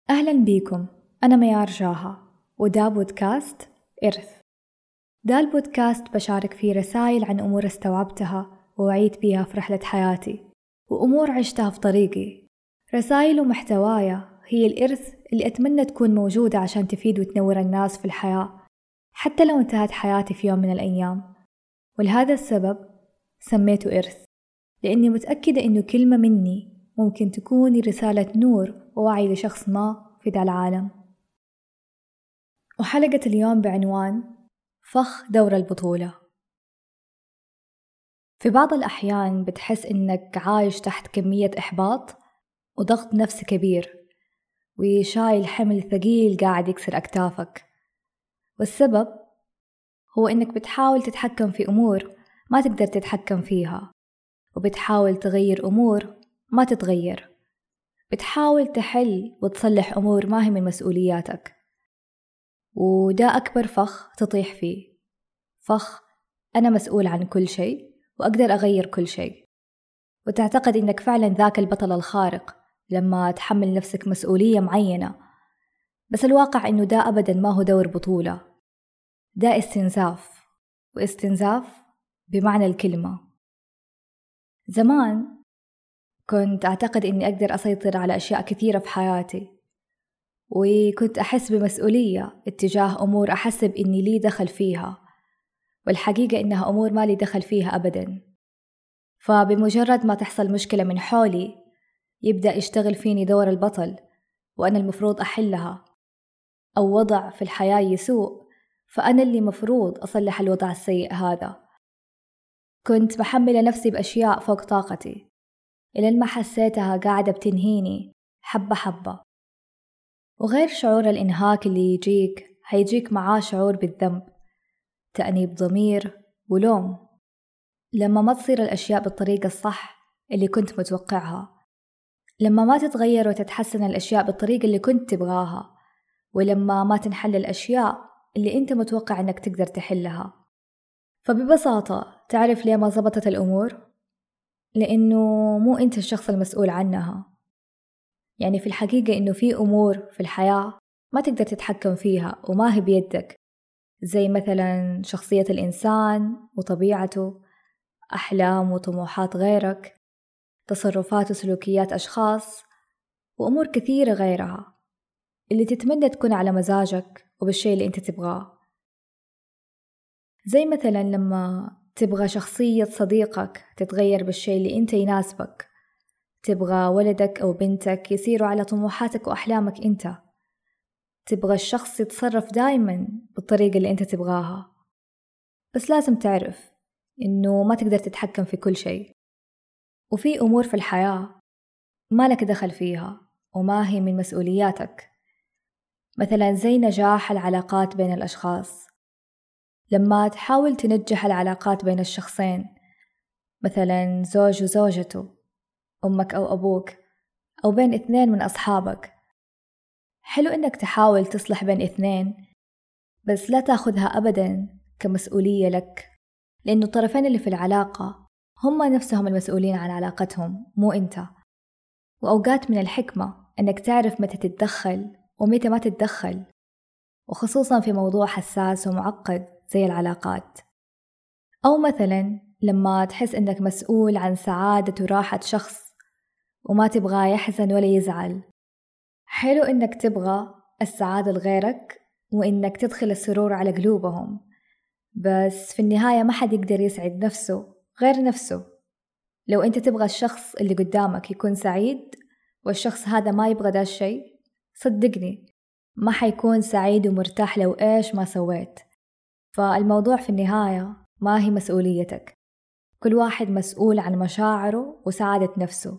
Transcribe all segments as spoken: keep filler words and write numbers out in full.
أهلا بيكم. أنا ميار جاها ودا بودكاست إرث. دا البودكاست بشارك فيه رسائل عن أمور استوعبتها ووعيت بيها في رحلة حياتي وأمور عشتها في طريقي. رسائل ومحتوايا هي الإرث اللي أتمنى تكون موجودة عشان تفيد وتنور الناس في الحياة حتى لو انتهت حياتي في يوم من الأيام. ولهذا السبب سميته إرث، لأني متأكدة إنه كلمة مني ممكن تكون رسالة نور ووعي لشخص ما في ذا العالم. وحلقة اليوم بعنوان فخ دور البطولة. في بعض الأحيان بتحس إنك عايش تحت كمية إحباط وضغط نفسي كبير وشايل حمل ثقيل قاعد يكسر أكتافك، والسبب هو إنك بتحاول تتحكم في أمور ما تقدر تتحكم فيها، وبتحاول تغير أمور ما تتغير، بتحاول تحل وتصلح أمور ما هي من مسؤولياتك. وده أكبر فخ تطيح فيه، فخ أنا مسؤول عن كل شيء وأقدر أغير كل شيء، وتعتقد إنك فعلا ذاك البطل الخارق لما تحمل نفسك مسؤولية معينة. بس الواقع إنه ده أبدا ما هو دور بطولة، ده استنزاف، واستنزاف بمعنى الكلمة. زمان كنت أعتقد إني أقدر أسيطر على أشياء كثيرة في حياتي، وكنت أحس بمسؤولية اتجاه أمور أحسب إني لي دخل فيها، والحقيقة إنها أمور ما لي دخل فيها أبدا. فبمجرد ما تحصل مشكلة من حولي يبدأ يشتغل فيني دور البطل، وأنا المفروض أحلها، أو وضع في الحياة يسوء فأنا اللي مفروض أصلح الوضع السيء هذا. كنت بحمل نفسي بأشياء فوق طاقتي إلى ما حسيتها قاعدة بتنهيني حبة حبة. وغير شعور الإنهاك اللي يجيك هيجيك معاه شعور بالذنب، تأنيب ضمير ولوم لما ما تصير الأشياء بالطريقة الصح اللي كنت متوقعها، لما ما تتغير وتتحسن الأشياء بالطريقة اللي كنت تبغاها، ولما ما تنحل الأشياء اللي أنت متوقع أنك تقدر تحلها. فببساطة تعرف ليه ما زبطت الأمور؟ لأنه مو أنت الشخص المسؤول عنها. يعني في الحقيقة إنه في أمور في الحياة ما تقدر تتحكم فيها وما هي بيدك، زي مثلا شخصية الإنسان وطبيعته، أحلام وطموحات غيرك، تصرفات وسلوكيات أشخاص، وأمور كثيرة غيرها اللي تتمنى تكون على مزاجك وبالشيء اللي أنت تبغاه. زي مثلا لما تبغى شخصية صديقك تتغير بالشيء اللي أنت يناسبك، تبغى ولدك أو بنتك يسيروا على طموحاتك وأحلامك أنت، تبغى الشخص يتصرف دايما بالطريقة اللي أنت تبغاها. بس لازم تعرف إنه ما تقدر تتحكم في كل شيء، وفي أمور في الحياة ما لك دخل فيها وما هي من مسؤولياتك. مثلا زي نجاح العلاقات بين الأشخاص، لما تحاول تنجح العلاقات بين الشخصين، مثلا زوج وزوجته، أمك أو أبوك، أو بين اثنين من أصحابك، حلو إنك تحاول تصلح بين اثنين، بس لا تاخذها أبدا كمسؤولية لك، لأنه الطرفين اللي في العلاقة هم نفسهم المسؤولين عن علاقتهم مو أنت. وأوقات من الحكمة أنك تعرف متى تتدخل ومتى ما تتدخل، وخصوصا في موضوع حساس ومعقد زي العلاقات. أو مثلا لما تحس أنك مسؤول عن سعادة وراحة شخص وما تبغى يحزن ولا يزعل، حلو إنك تبغى السعادة لغيرك وإنك تدخل السرور على قلوبهم، بس في النهاية ما حد يقدر يسعد نفسه غير نفسه. لو أنت تبغى الشخص اللي قدامك يكون سعيد والشخص هذا ما يبغى دا الشيء، صدقني ما حيكون سعيد ومرتاح لو إيش ما سويت. فالموضوع في النهاية ما هي مسؤوليتك، كل واحد مسؤول عن مشاعره وسعادة نفسه.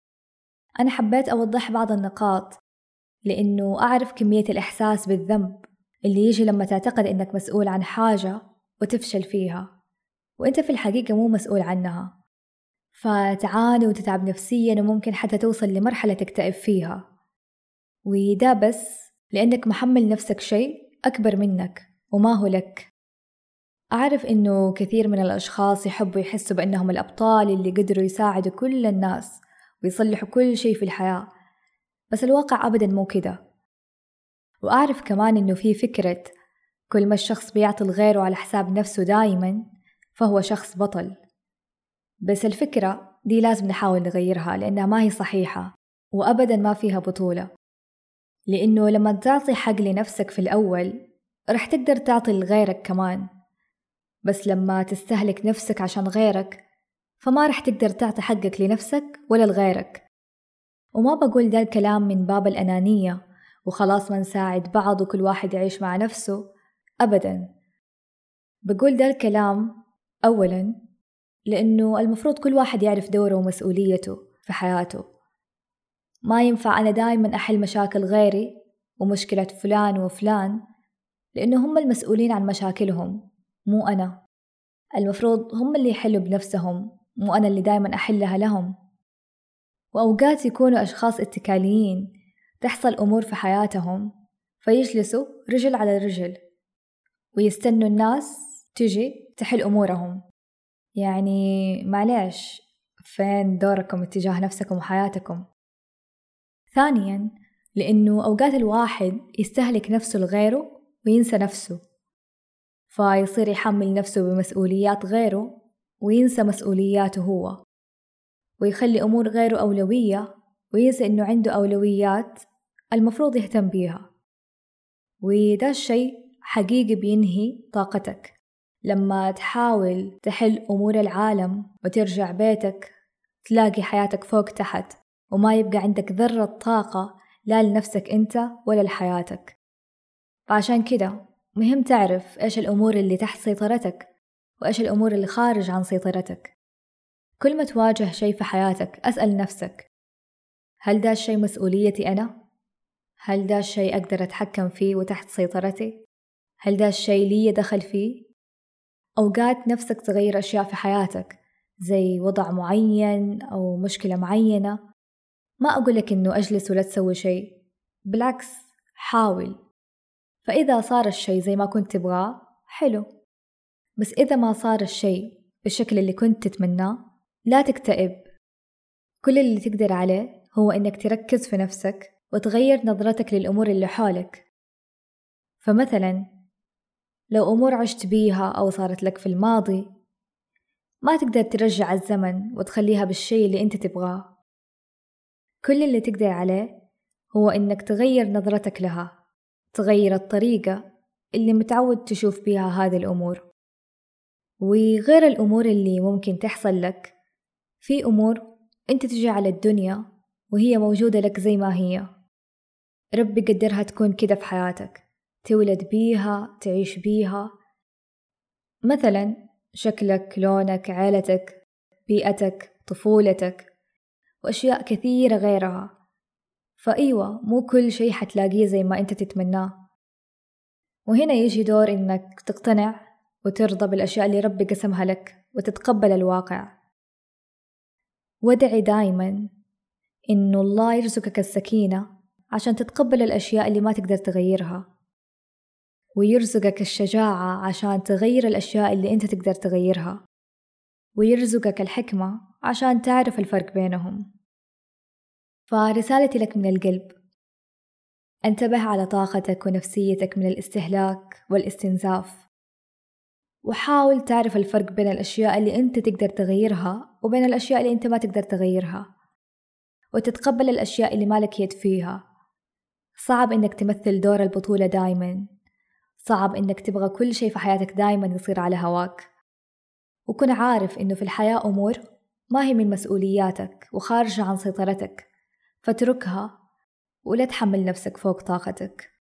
أنا حبيت أوضح بعض النقاط لأنه أعرف كمية الإحساس بالذنب اللي يجي لما تعتقد إنك مسؤول عن حاجة وتفشل فيها وإنت في الحقيقة مو مسؤول عنها، فتعاني وتتعب نفسيا وممكن حتى توصل لمرحلة تكتئب فيها. وده بس لأنك محمل نفسك شيء أكبر منك وما هو لك. أعرف إنه كثير من الأشخاص يحبوا يحسوا بأنهم الأبطال اللي قدروا يساعدوا كل الناس ويصلحوا كل شيء في الحياة، بس الواقع أبدا مو كده. وأعرف كمان إنه في فكرة كل ما الشخص بيعطي الغيره على حساب نفسه دايما فهو شخص بطل. بس الفكرة دي لازم نحاول نغيرها لأنها ما هي صحيحة وأبدا ما فيها بطولة. لأنه لما تعطي حق لنفسك في الأول رح تقدر تعطي لغيرك كمان، بس لما تستهلك نفسك عشان غيرك فما رح تقدر تعطي حقك لنفسك ولا لغيرك. وما بقول ده الكلام من باب الأنانية وخلاص ما نساعد بعض وكل واحد يعيش مع نفسه، أبدا. بقول ده الكلام أولا لأنه المفروض كل واحد يعرف دوره ومسؤوليته في حياته. ما ينفع أنا دايما أحل مشاكل غيري ومشكلة فلان وفلان، لأنه هم المسؤولين عن مشاكلهم مو أنا. المفروض هم اللي يحلوا بنفسهم مو أنا اللي دايما أحلها لهم. وأوقات يكونوا أشخاص اتكاليين تحصل أمور في حياتهم فيجلسوا رجل على رجل ويستنوا الناس تجي تحل أمورهم. يعني معليش، فين دوركم اتجاه نفسكم وحياتكم؟ ثانياً لأنه أوقات الواحد يستهلك نفسه لغيره وينسى نفسه، فيصير يحمل نفسه بمسؤوليات غيره وينسى مسؤولياته هو، ويخلي أمور غيره أولوية وينسى إنه عنده أولويات المفروض يهتم بيها. وده الشيء حقيقي بينهي طاقتك. لما تحاول تحل أمور العالم وترجع بيتك تلاقي حياتك فوق تحت وما يبقى عندك ذرة طاقة لا لنفسك أنت ولا لحياتك. فعشان كده مهم تعرف إيش الأمور اللي تحت سيطرتك وإيش الأمور اللي خارج عن سيطرتك. كل ما تواجه شيء في حياتك أسأل نفسك، هل ده الشيء مسؤوليتي أنا؟ هل ده الشيء أقدر أتحكم فيه وتحت سيطرتي؟ هل ده الشيء لي دخل فيه؟ أوقات نفسك تغير أشياء في حياتك زي وضع معين أو مشكلة معينة. ما أقولك إنه أجلس ولا تسوي شيء، بالعكس حاول. فإذا صار الشيء زي ما كنت تبغاه حلو، بس إذا ما صار الشيء بالشكل اللي كنت تتمناه لا تكتئب. كل اللي تقدر عليه هو إنك تركز في نفسك وتغير نظرتك للأمور اللي حولك. فمثلا لو أمور عشت بيها أو صارت لك في الماضي ما تقدر ترجع الزمن وتخليها بالشيء اللي أنت تبغاه. كل اللي تقدر عليه هو إنك تغير نظرتك لها، تغير الطريقة اللي متعود تشوف بيها هذه الأمور. وغير الأمور اللي ممكن تحصل لك، في أمور أنت تجي على الدنيا وهي موجودة لك زي ما هي، ربي قدرها تكون كده في حياتك، تولد بيها تعيش بيها. مثلا شكلك، لونك، عائلتك، بيئتك، طفولتك، وأشياء كثيرة غيرها. فأيوة مو كل شيء حتلاقيه زي ما أنت تتمناه. وهنا يجي دور إنك تقتنع وترضى بالأشياء اللي ربي قسمها لك وتتقبل الواقع. وادعي دايما إنه الله يرزقك السكينة عشان تتقبل الأشياء اللي ما تقدر تغيرها، ويرزقك الشجاعة عشان تغير الأشياء اللي أنت تقدر تغيرها، ويرزقك الحكمة عشان تعرف الفرق بينهم. فرسالتي لك من القلب، انتبه على طاقتك ونفسيتك من الاستهلاك والاستنزاف، وحاول تعرف الفرق بين الأشياء اللي أنت تقدر تغيرها وبين الأشياء اللي أنت ما تقدر تغيرها، وتتقبل الأشياء اللي مالك يد فيها. صعب إنك تمثل دور البطولة دايما، صعب إنك تبغى كل شيء في حياتك دايما يصير على هواك. وكن عارف إنه في الحياة أمور ما هي من مسؤولياتك وخارجة عن سيطرتك، فاتركها ولا تحمل نفسك فوق طاقتك.